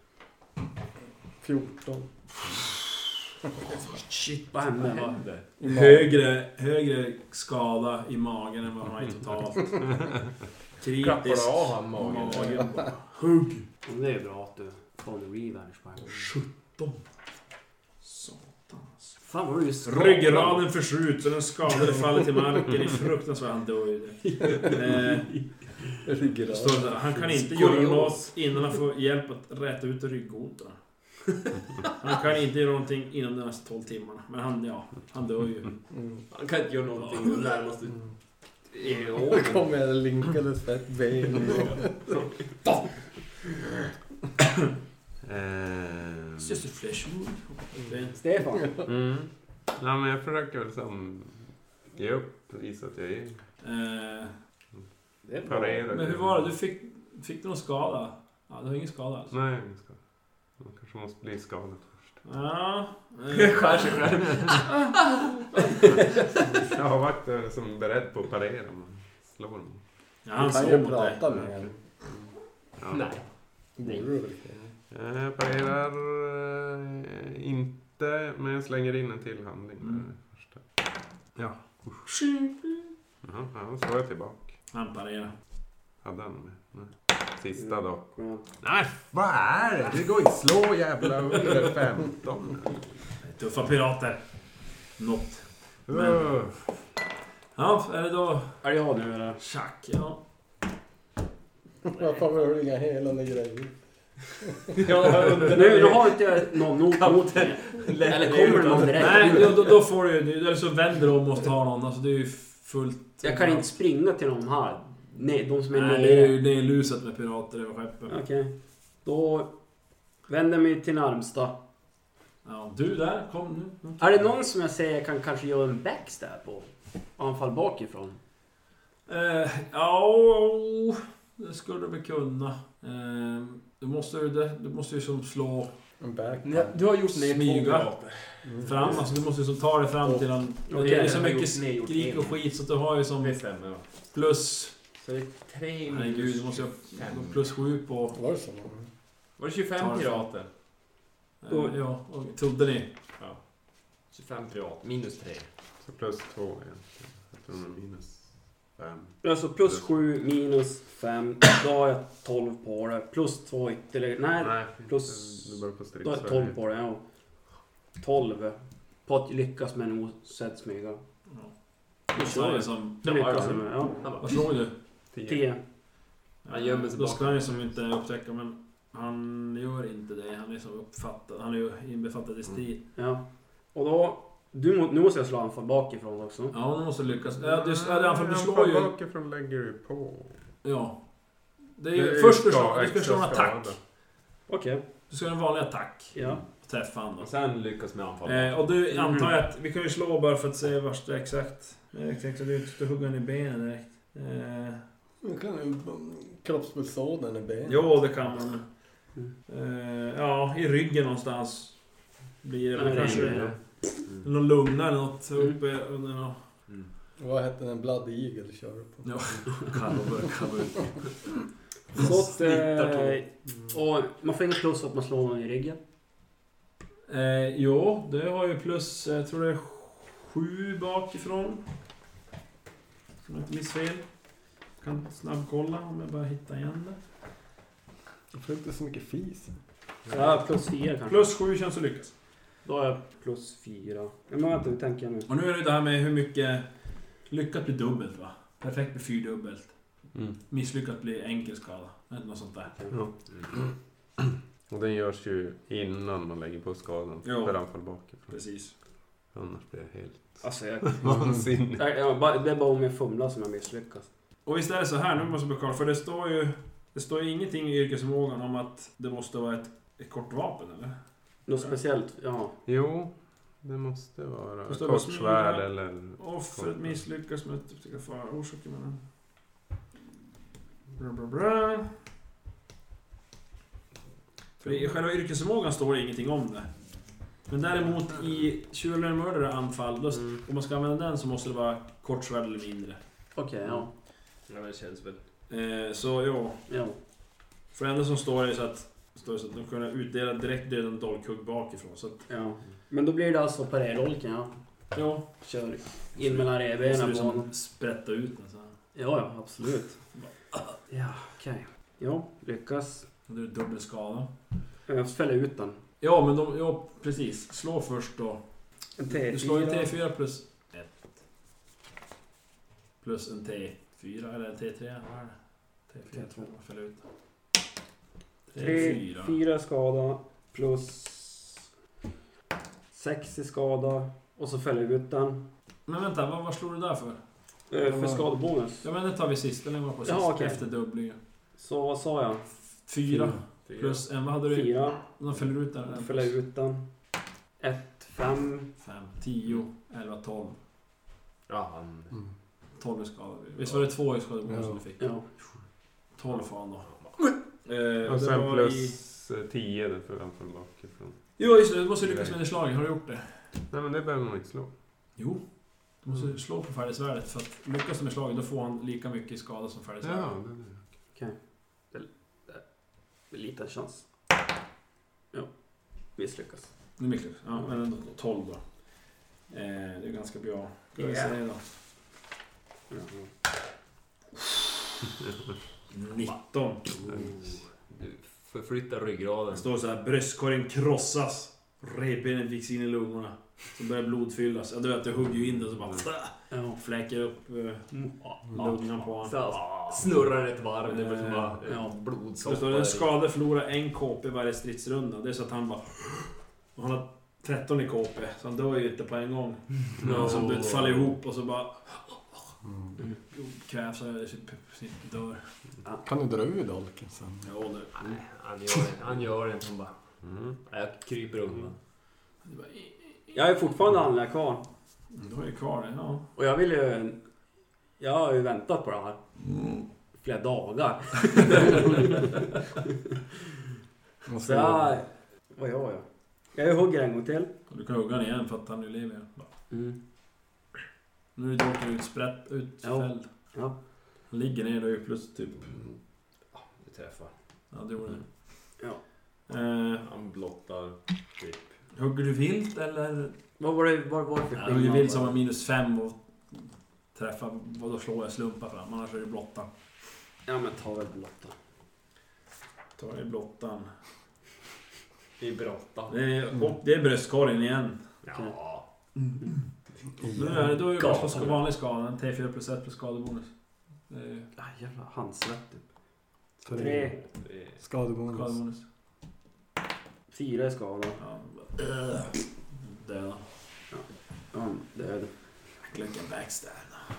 14. Shit, vad hände? Va? Högre skada i magen än vad han har i totalt. Kritisk. Klappar av han magen. Magen bara. Hugg. Men det är bra att du får en revenge på en. 17. Satans. Fan vad du är skadad. Ryggraden förskjuts och den skadade faller till marken i fruktansvärt. Han dör ju. Står det, han kan inte göra något innan han får hjälp att räta ut ryggkotorna. Han kan inte göra någonting inom de nästa 12 timmarna. Men han dör ju. Han kan inte göra någonting de närmaste Då kommer jag linkades för ett ben. It's just a flesh wound. Stefan. Ja, men jag försöker väl som ge upp och visa att jag är Det är bra. parerad. Men hur var det? Fick du någon skada? Ja, du har ingen skada alltså? Nej, ingen skada. Man kanske måste bli skadad först. Ja. skär sig själv. Jag har varit som beredd på att parera. Man slår dem. Ja, han Du kan såg ju mot dig. prata med henne. Ja. Nej. Borde du väl kunna? Jag parerar inte, men jag slänger in en till handling. Med det första. Ja. Ja, slår jag tillbaka. Han parerar. Hade han med? Nej. Sista då. Skönt. Nej, vad är det? Det går inte slå jävla under 15. Tuffa pirater. Något. Men- Ja, är det då? Är det jag nu eller? Tjack, ja. Jag får inga helande grejer. Nu har inte jag någon mot mig. Eller kommer det någon direkt? Nej, då får du ju... Eller så vänder du om och måste ha någon. Alltså det är ju fullt... Jag kan inte springa till någon här. Nej, de som är Nej, det är ju lusat med pirater över skeppet. Okej. Då vänder jag mig till närmsta. Ja, du där, kom nu. Är det någon som jag säger kan kanske göra en backstab på? Anfall bakifrån. Ja, det skulle du väl kunna. Du måste ju som slå En back. Du har gjort ner 2 Smyga. pirater. fram. Alltså du måste ju som ta dig fram till en... Okej, det är jag så har mycket gjort ner skrik och skit så att du har ju som Det stämmer, ja. plus... Så det är 3 Nej gud, du måste ju ha plus 7 på... Var det så? Var det 25 pirater? Ja, och trodde ni? Ja. 25 pirater, minus 3. Så plus 2 egentligen. Jag tror det är minus 5. Alltså plus 7 minus 5. Då har jag 12 på det. Plus 2 ytterligare. Nej, plus- Du börjar på då har jag 12 på det. Ja. 12 på att lyckas med en osedd smyga. Ja. Så är det som... Det lyckas jag med. Ja. Vad slår du? 10. Han gömmer sig Då ska bakom. han ju som inte upptäcka, men han gör inte det. Han är som uppfattad. Han är ju inbefattad i strid. Ja. Och då... Nu måste jag slå anfall bakifrån också. Ja, nu måste du lyckas. Ja, du slår ju... Bakifrån lägger du på. Ja. Det är ju... Först du ska slå en attack. Okej. Du ska göra en vanlig attack. Ja. Träffa han då. Och sen lyckas med anfall. Och du antar jag att... Vi kan ju slå bara för att se vart det är exakt. Jag tänkte att du inte hugga i benen direkt. Man kan ju kroppspulsådern i benet. Jo, det kan man. Ja, i ryggen någonstans. Blir det väl Nej, kanske... det- Någon lugna eller något uppe under något... Vad hette den? Blood Eagle kör på? Ja, kan vara ut. Så att... Och man får inget plus att man slår någon i ryggen. Jo, det har ju plus... Jag tror det är 7 bakifrån. Om jag inte minns fel. Kan snabbkolla om jag bara hittar igen det. Jag får inte så mycket fis. Ja, plus 4 kanske. Plus 7 känns att lyckas. Då är jag plus 4. Men vänta, hur tänker jag nu? Och nu är det det här med hur mycket lyckat blir dubbelt va? Perfekt blir 4-dubbelt. Misslyckat blir enkel skada. Eller något sånt där. Ja. Och den görs ju innan man lägger på skadan. Jo. För anfall bakifrån. Precis. Annars blir det helt Alltså jag... vansinnigt. det är bara om jag fumlar som jag misslyckas. Och visst är det så här, nu måste jag förklara. För det står ju ingenting i yrkesförmågan om att det måste vara ett kort vapen eller? Något speciellt, ja. Jo, det måste vara Det står bara kortsvärd smyga. eller... Offret misslyckas med att upptäcka fara. Orsaker med den. Bra, bra, bra. För i själva yrkesförmågan står det ingenting om det. Men däremot i tjuvar mördare anfall, då, om man ska använda den så måste det vara kortsvärd eller mindre. Okej, ja. Ja, det känns väl. Så jo. Ja. För det enda som står är så att de kan utdela direkt dödande dolkhugg bakifrån. Så att, Ja. Men då blir det alltså parerdolken, ja. ja. Kör in mellan revbenen på honom. Sprätta ut den så här. Ja, absolut. Ja, okej. Jo, lyckas. Det är dubbel skada. Jag fäller ut den. Ja, men ja, precis. Slå först då. En T4. Du slår en T4 plus 1. Plus en T4 eller en T3. Vad är det? T4 tror jag fäller ut. 3, 4 skada plus 6 i skada. Och så fäller jag ut den. Men vänta, vad slår du där för? För skadebonus. Ja, men det tar vi sist. Den var på sist. Ja, okej. Efter dubblingen. Så vad sa jag? 4 plus en. Vad hade du? 4. Då fäller ut den. Fäller ut den. 1, 5. 5, 10, 11, 12. Ja, han... 12 i skada. Visst var det 2 i skadebonus Ja. du fick? Ja. 12 fan då. Och det sen var plus 10 för anfall bakifrån. Jo, just det. Du måste lyckas med det slaget. Har du gjort det? Nej, men det behöver man inte slå. Jo. Du måste slå på färdigsvärdet för att lyckas med slaget då får han lika mycket i skada som färdigsvärdet. Ja, det är Liten chans. Ja. Misslyckas. Det är mycket. Ja, men ändå 12 då. Det är ganska bra. Ska vi Yeah. säga då. Ja. 19. Du förflyttar ryggraden. Det står så här: bröstkorgen krossas. Revbenen viks in i lungorna. Så börjar blodfyllas. Ja, du vet, det hugger ju in det och så bara Ja. fläcker upp lungan på honom. Så snurrar ett varv. Det är väl som bara Ja. Det blodsoppa. står en skada förlorar 1 KP varje stridsrunda. Det är så att han bara... Och han har 13 i KP. Så han dör ju inte på en gång. No. Så det faller ihop och så bara... Kvävs och dör. Kan du dra ur dolken sen? Ja, det... Nej, han gör en som bara... Jag kryper undan. det bara Jag är fortfarande andliga kvar. du har ju kvar det, ja. Och jag vill ju... Jag har ju väntat på det här. Flera dagar. Så jag... Vad gör jag? Jag hugger en gång till. Du kan hugga han igen för att han nu lever. Mm. Nu är dolken utfälld. Ja. Han ligger ner då ju plus typ... Du träffar. Ja, det gjorde det. Ja. Han blottar typ. Hugger du vilt eller? Vad var det för Ja, hugger vilt som har -5 och träffar. Vad då slår jag slumpa fram? Annars är det blottan. Ja, men ta väl blotta. Tar jag blottan. I brottan. Det är bröstkorgen igen. Ja. Nu är det då är det bara vanlig skada. En T4 plus 1 plus skadebonus. Det är Jävla handsvett typ. 3. 3. Skadebonus. skadebonus. 4 är skada. Ja, döda. Ja, död. Glögga backstab.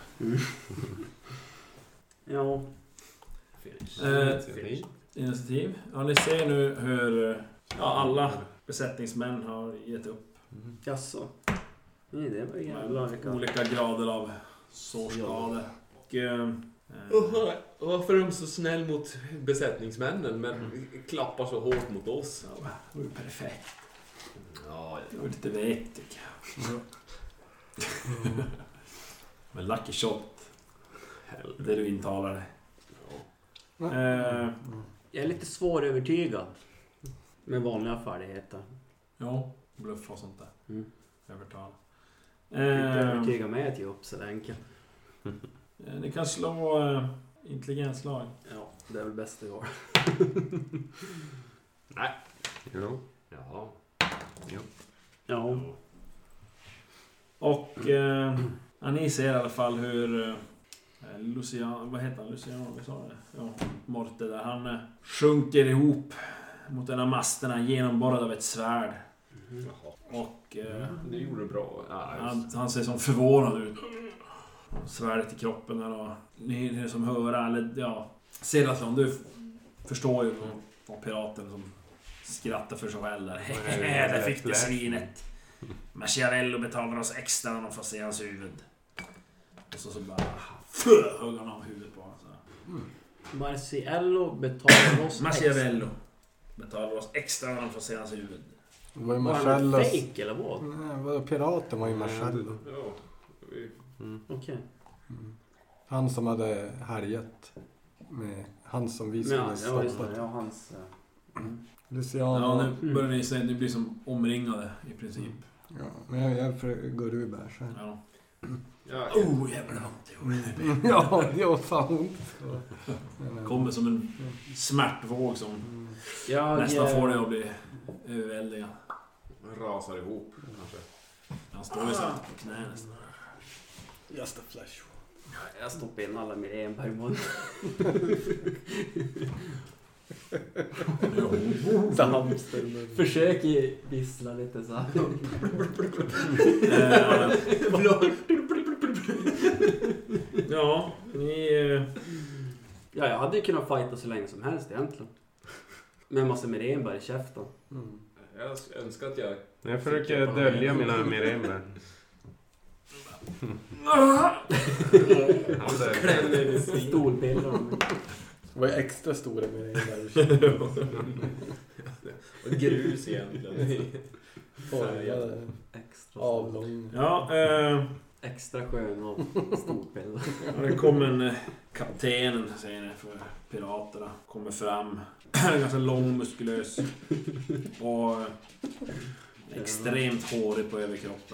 Ja. Finish. Initiativ. Ja, ni ser nu hur alla besättningsmän har gett upp. Jaså. Nej, det var jävla Olika grader av sårskador. Och Varför är de så snäll mot besättningsmännen men klappar så hårt mot oss? ja, det var ju perfekt. Ja, Det var lite vekt tycker jag. Men lucky shot. Det du intalar dig. Jag är lite svårövertygad. Med vanliga färdigheter. Ja, bluff och sånt där. Mm. Övertala. Inte övertyga mig att ge upp så enkelt. Ni kan slå intelligenslag. Ja, det är väl bäst det går. Nej. Jo. Jaha. Ja. Och ni ser i alla fall hur Luciano, vad heter han? Luciano, vi sa det. Ja, Morte där. Han sjunker ihop mot en av masterna genomborrad av ett svärd. Och Det gjorde bra. han ser som förvånad ut. Svärdet i kroppen där och ni som hör eller ja, Sedatlon, du förstår ju vad piraten som skrattar för sig själv där. Där fick du svinet. Machiavello betalar oss extra när de får se hans huvud. Och så bara hugger han av huvudet på honom. Marciello betalar oss Machiavello betalar oss extra när de får se hans huvud. Det var ju Var han Marcellos... fake eller vad? Nej, piraten var ju Marcello. Ja. Okej. Han som hade härjat med han som vi skulle stoppa. Ja, hans... Luciano. Ja, nu börjar ni säga att ni blir som omringade i princip. Ja, men jag går ur där så. Ja. Ja, Jävlar vad ont det gjorde. Ja, det var fan ont. Kommer som en smärtvåg som nästan får det att bli överväldigad. rasar ihop kanske. Han står ju så här på knä nästan. Just a flash. Jag stoppar in alla med en per månad. Så hamster. Försöker vissla lite så här. Ja, ni... Ja, jag hade ju kunnat fighta så länge som helst egentligen. Med en massa Mirenbär i käften. Jag önskar att jag... Jag försöker dölja mina Mirenbär. Storbilder. Det var ju extra stora med det där. Och grus egentligen. Extra Avlång. Ja, extra skön och storbilder. det kom en kaptenen säger ni för piraterna. Kommer fram. Ganska lång, muskulös. Och extremt hårig på överkroppen.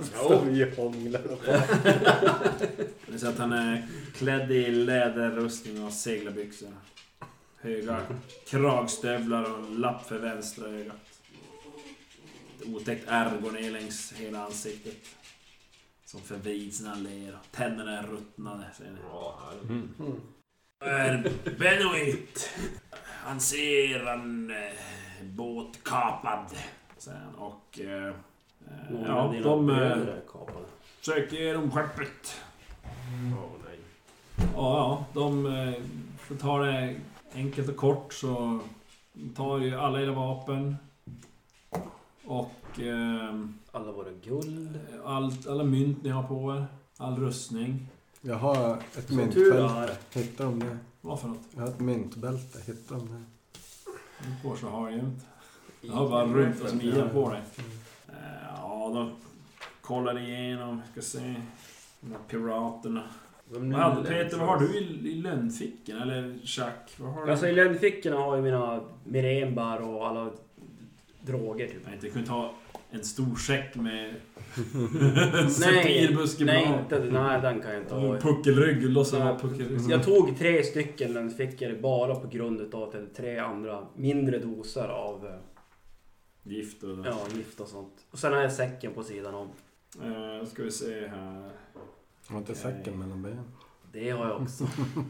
Det så att han är klädd i läderrustning och seglarbyxor. Höga kragstövlar och lapp för vänstra ögat. Ett otäckt ärr går ner längs hela ansiktet. Som förvrids när han ler. Tänderna är ruttnade, säger ni. Är Benoit. Han ser en båt kapad, säger han. Och ja, de söker ge dem skeppet. Nej. Ja, de får ta det enkelt och kort, så tar ju alla era vapen och alla våra guld. alla mynt ni har på er, all rustning. Jag har ett Som myntbälte. Hittar de det? Vad för något? Jag har ett myntbälte. Hittar de det? På så har jag inte. Jag har bara runt och smida på dig. Ja, då kollar igenom, ska se de här piraterna. Peter, vad har du i lönnfickan? Eller Jack, vad har du? Alltså i lönnfickorna har jag mina Mirenbär och alla droger typ. Jag inte kunde ta en stor säck med Nej, sepirbuskeblav. nej, den kan jag inte ha. Puckelrygg, lossa av puckelrygg. Jag tog 3 stycken lönnfickor bara på grund av att 3 andra mindre doser av Gift och gift och sånt. Och sen har jag säcken på sidan om. Ska vi se här. Jag har inte säcken mellan benen. Det har jag också.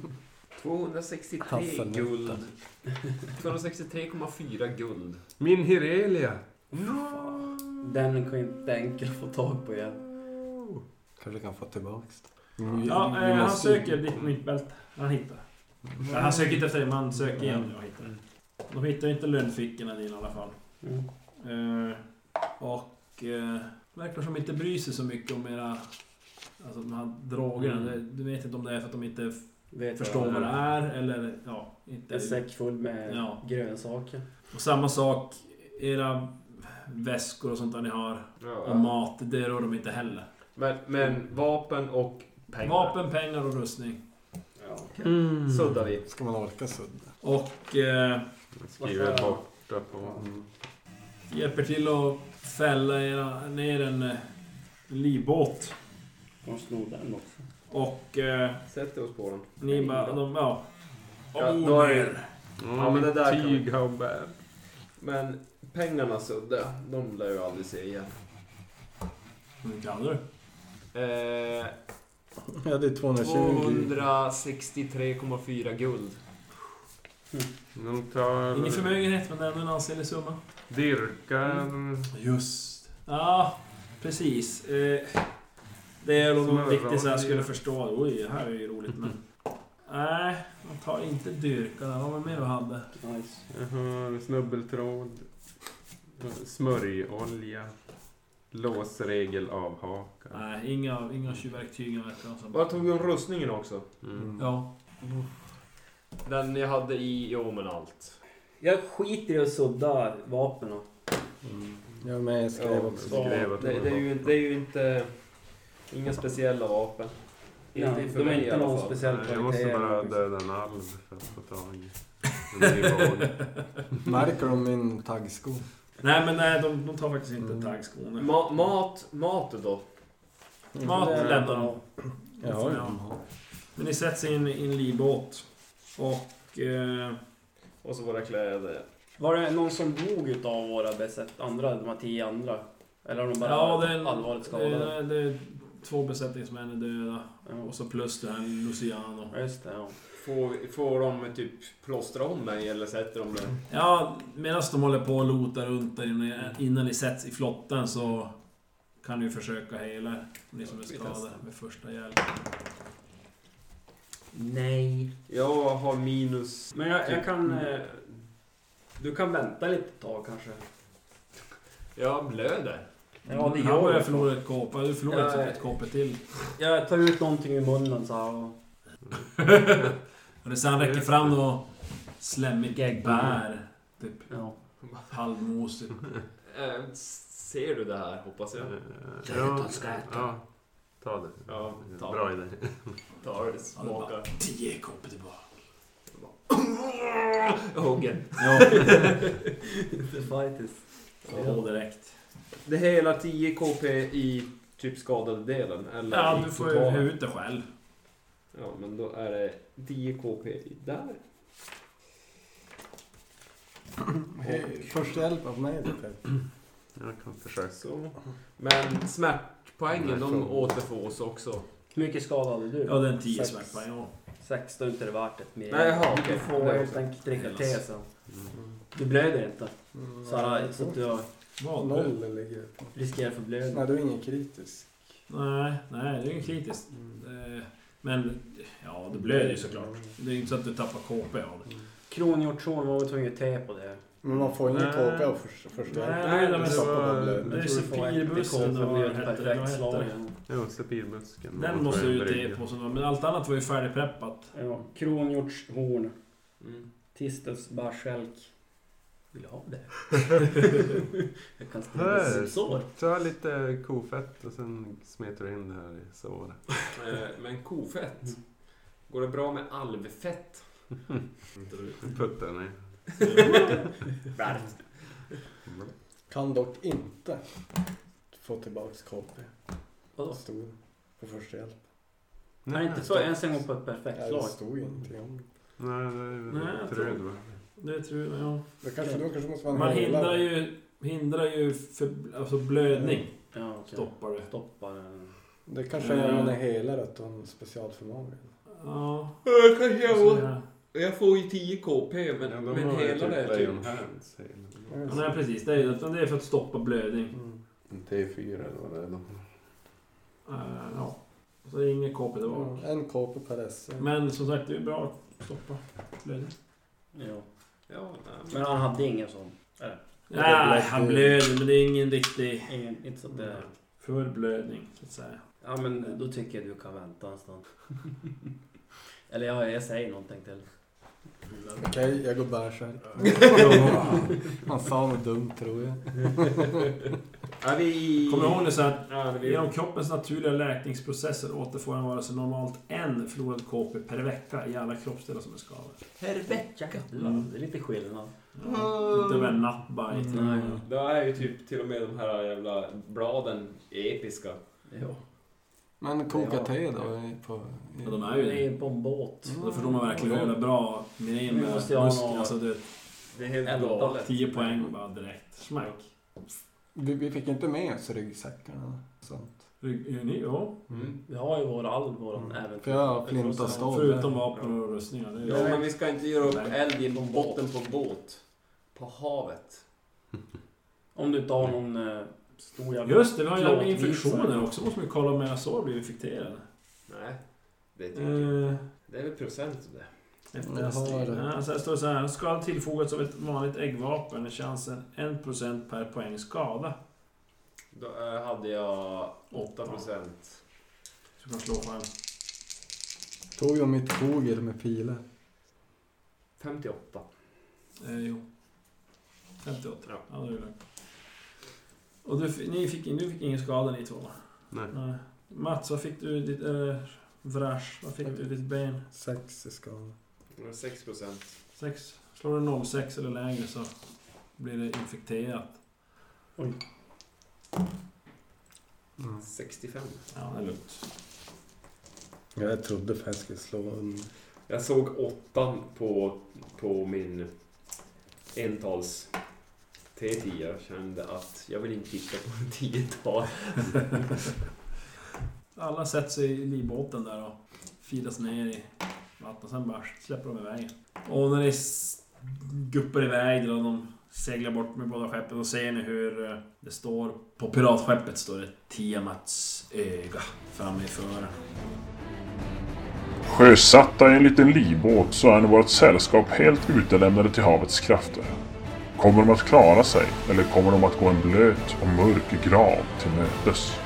263 guld. 263,4 guld. Min Hirelia. Den kan inte enkelt få tag på igen. Kanske kan få tillbaks det. Han söker ditt myntbälte. Han hittar. Han söker inte efter det, man söker igen och hittar det. De hittar inte lönnfickorna dina i alla fall. Verkar som inte bryr sig så mycket om era, alltså de här drogerna. Du vet inte om det är för att de inte förstår vad det är eller inte. En säck full med grönsaker. Och samma sak, era väskor och sånt där ni har och mat, det rör de inte heller. Men vapen och pengar. Vapen, pengar och rustning. Ja. Suddar vi. Ska man orka sudda? Och Skriver borta på... hjälper till att fälla ner en livbåt. De snor den också. Och Sätter oss på den. ni bara, då är det... Ja, men det där kan vi... Men pengarna Sudde, de lär jag aldrig se igen. Hur mycket hade du? Ja, det är 220. 263,4 guld. De tar... Ingen förmögenhet, men ändå en ansenlig summa. Dirkar... Just. Ja, precis. Det är nog något viktigt så jag skulle förstå. Oj, det här är ju roligt, men... Nej, man tar inte dyrkarna. Vad var mer du hade? Nice. Jag har snubbeltråd. Smörjolja. Låsregel av haka. Nej, inga tjuvverktyg. Vad tog du om rustningen också? Ja. Den jag hade i, jo men allt. Jag skiter i att sudda vapen. Jag med skrev också. Så, det är ju inte inga speciella vapen. Ja, Inte för de är mig i inte alla någon fall. speciell Jag måste kvalitet. bara döda en alv för att få tag i en nivå. Märker de min taggsko? Nej, de tar faktiskt inte taggskon. Mat då? Mat lämnar de. Ja. Men ni sätts in i en livbåt. Och så våra kläder. Var det någon som dog utav våra andra, de här 10 andra? Eller har de bara allvarligt skadade? Det är 2 besättningsmän är döda. Och så plus det här Luciano. Ja, just det, ja. Får de typ plåstra om mig eller sätter de det? Ja, medan de håller på och lotar runt där innan ni sätts i flotten så kan ni försöka hela ni som är skadade med första hjälp. Nej. Jag har minus... Men jag kan... Du kan vänta lite tag kanske. Jag blöder. Ja, det Han gör börjar jag. förlora ett kåpa. Du förlorar ett kåpa till. Jag tar ut någonting i munnen så här och... Och det sen räcker fram och slemmigt bär. Typ Ja. halvmosigt. Ser du det här, hoppas jag? Ja, ta det. Ja, ta. Bra idé. Tar det, smakar. 10 kåpor tillbaka. Huggen. Ja, The fight is... ja, direkt. Det hela 10 KP i typ skadade delen? Eller Ja, i du får ju totala? ut det själv. Ja, men då är det 10 KP i där. Första hjälp av mig lite. Jag kan försöka. Så. Men smärtpoängen, de återfås också. Hur mycket skada hade du? Ja, det är en 10 Sex. smärtpoäng. Ja. 6, då är inte det värt ett mer. Nej, jaha, Du okej. får helt enkelt dricka te sen. Du blöder inte. Så att du Vad? 0 ligger det på. riskerar förblödning. Nej, du är ingen kritisk. Nej, det är ingen kritiskt. Men ja, det blöder ju såklart. Det är ju inte så att du tappar KP av det. Kronhjortshorn var vi tvungen te på det. Men man får ingen KP av första hjälp. Nej, Det men stoppar bara det blödning. är sepirbussen och vad hette det? Vad hette det? Jo, sepirmuskeln. Den måste du te på, men allt annat var ju färdigpreppat. Ja, kronhjortshorn. Mm. Tistus, bärskälk. Vill du ha det? Jag kan skriva Här. sår. Ta lite kofett och sen smetar du in det här i såret. Men kofett. Går det bra med alvfett? Puttar ner. Värst. Kan dock inte få tillbaks KP. Vadå? Stod på första hjälp. Nej, inte så ens en gång på ett perfekt Det slag. stod ingenting om det. Nej, det Nej, är jag tröd tror- va? Det tror jag, ja. Då kanske måste vara Man en hindrar ju alltså blödning. Ja, okej. Stoppar du. Stoppar den. Det kanske är om man är helare att ha en specialförmåga. Ja. Jag får ju 10 KP, men, Ja, de men har ju hela det är typ typ... Leon Hands. Ja, nej, precis. Det är för att stoppa blödning. T4 eller vad det är då. Ja. Så det är ingen KP tillbaka. En KP per SC. Men som sagt, det är bra att stoppa blödning. Ja. Ja, nej, Men han hade ingen sån. Eller? Nej, han blöder, men det är ingen riktig Inte så att det... förblödning, så att säga. Ja, men då tycker jag du kan vänta en stund. Eller jag säger någonting till. Okej, jag går bärsärk. Han sa något dumt, tror jag. Ja, vi... Kommer ihåg det så att Ja, det genom kroppens naturliga läkningsprocesser återfår han vara så normalt en förlorad KP per vecka i alla kroppsdelar som är skadade. Per vecka. Det är lite skillnad. Ja, inte över en nattbite. Nej. Då är ju typ till och med de här jävla bladen episka. Ja. Men koka te då? Ja, de är ju Det det. är på en båt. Då förstår man verkligen hur jävla bra grejen Vi med måste ju ha muskler. någon- Alltså det, Det är helt 11. galet. 10 poäng bara direkt. Smack. Vi fick inte med oss ryggsäckarna och sånt. Ja. Vi har ju våran äventyr. För jag har flint och stål. Förutom vapen och rustningar. Det Ja, är men vi ska inte göra upp eld i botten på en båt. På havet. Om du inte har någon stor jävla... Just det, vi har jävla plåtbit infektioner så- också. Måste vi kolla om era sår blir infekterade. Nej, det tycker jag. Eh, Det är väl procent av det. Jag har det. Ja, så här står det så här. Skada tillfogas av ett vanligt äggvapen är chansen 1% per poäng skada. Då hade jag 8%. Så kan slå själv. Tog de mitt fågel med pilar. 58. Jo. 58. Ja. Ja, det är lugnt. Och du fick ingen skada ni två? Nej. Mats, vad fick du ditt... Vrash, vad fick du ditt ben? 6 i skada. 6%. 6. Slår du 0,6 eller lägre så blir det infekterat. 65. Ja, det är lugnt. Jag trodde för jag skulle slå under. Jag såg 8 på min entals T10. Jag kände att jag vill inte titta på en 10-tal. Alla sätter sig i livbåten där och filas ner i vattnet. Sen bara släpper de iväg. Och när det guppar iväg och de seglar bort med båda skeppen, och ser ni hur det står på piratskeppet står det Tiamats öga framme i fören. Sjösatta i en liten livbåt så är nu vårt sällskap helt utelämnade till havets krafter. Kommer de att klara sig eller kommer de att gå en blöt och mörk grav till mötes?